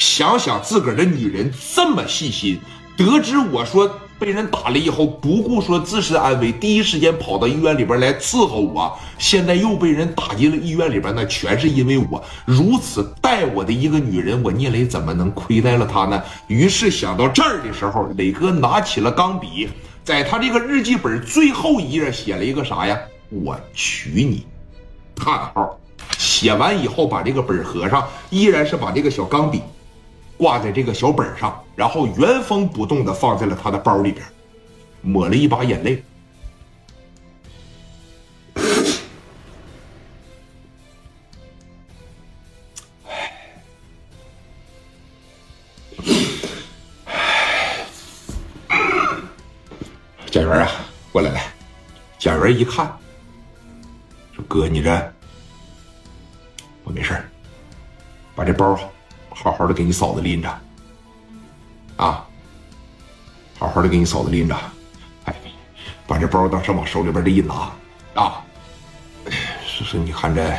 想想自个儿的女人这么细心，得知我说被人打了以后，不顾说自身安危，第一时间跑到医院里边来伺候我，现在又被人打进了医院里边，那全是因为我如此待我的一个女人，我聂磊怎么能亏待了她呢？于是想到这儿的时候，磊哥拿起了钢笔，在他这个日记本最后一页写了一个啥呀？我娶你，叹号。写完以后，把这个本合上，依然是把这个小钢笔挂在这个小本上，然后原封不动的放在了他的包里边，抹了一把眼泪。贾元啊，过来来。贾元一看，说：“哥，你这……我没事，把这包好好的给你嫂子拎着，啊，好好的给你嫂子拎着，哎，把这包当时往手里边这一拿，啊，是你看这，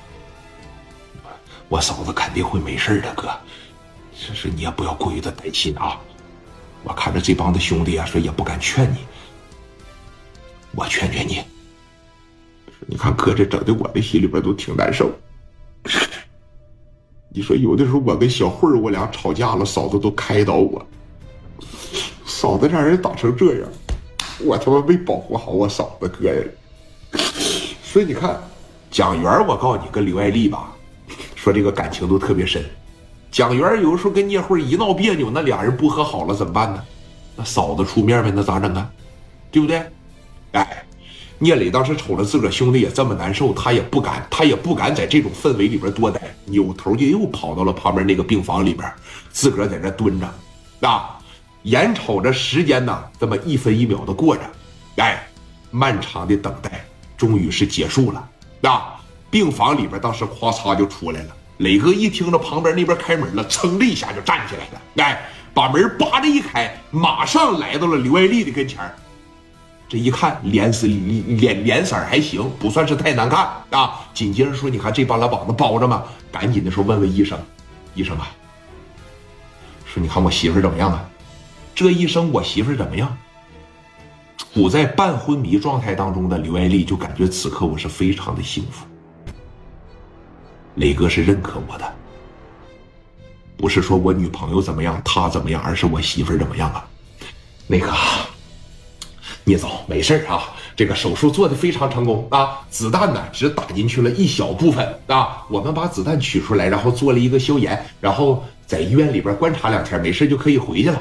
我嫂子肯定会没事的，哥，是你也不要过于的担心啊。我看着这帮的兄弟啊，说也不敢劝你，我劝劝你。你看哥，这整的我的心里边都挺难受。”你说有的时候我跟小慧儿我俩吵架了，嫂子都开导我，嫂子让人打成这样，我他妈没保护好我嫂子哥呀。所以你看蒋元，我告诉你跟刘爱丽吧，说这个感情都特别深。蒋元有的时候跟聂慧一闹别扭，那俩人不和好了怎么办呢？那嫂子出面呗，那咋整啊？对不对？哎，聂磊当时瞅着自个儿兄弟也这么难受，他也不敢在这种氛围里边多待，扭头就又跑到了旁边那个病房里边，自个儿在这蹲着，啊，眼瞅着时间呢这么一分一秒的过着，哎，漫长的等待终于是结束了，啊，病房里边当时咵嚓就出来了。磊哥一听着旁边那边开门了，噌的一下就站起来了，哎，把门叭着一开，马上来到了刘爱丽的跟前。这一看脸色还行，不算是太难看啊。紧接着说：“你看这把老膀子包着吗？”赶紧的说问医生：“医生啊，说你看我媳妇怎么样啊？”这一声我媳妇怎么样？处在半昏迷状态当中的刘爱丽就感觉此刻我是非常的幸福。磊哥是认可我的，不是说我女朋友怎么样，她怎么样，而是我媳妇怎么样啊？那个。聂总没事啊，这个手术做得非常成功啊，子弹呢只打进去了一小部分啊，我们把子弹取出来，然后做了一个消炎，然后在医院里边观察2天，没事就可以回去了。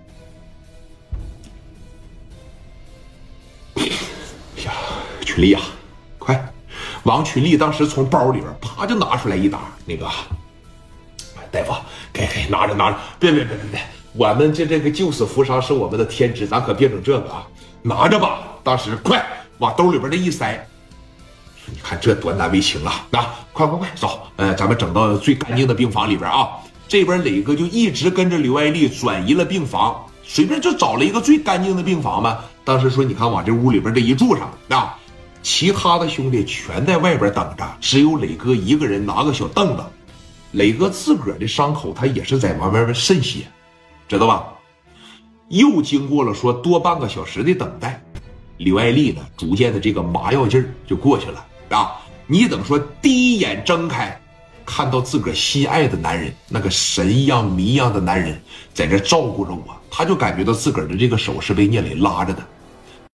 呀，群力啊，快！王群力当时从包里边啪就拿出来一沓，那个大夫，给拿着，别，我们这个救死扶伤是我们的天职，咱可别整这个啊！拿着吧，当时快往兜里边这一塞，你看这多难为情啊！快走，咱们整到最干净的病房里边啊！这边磊哥就一直跟着刘爱丽转移了病房，随便就找了一个最干净的病房嘛。当时说，你看往这屋里边这一住上啊，其他的兄弟全在外边等着，只有磊哥一个人拿个小凳子。磊哥自个儿的伤口他也是在往外边渗血，知道吧？又经过了说多半个小时的等待，刘爱丽呢逐渐的这个麻药劲儿就过去了啊！你等说第一眼睁开，看到自个儿心爱的男人，那个神一样谜一样的男人在这照顾着我，他就感觉到自个儿的这个手是被聂磊拉着的。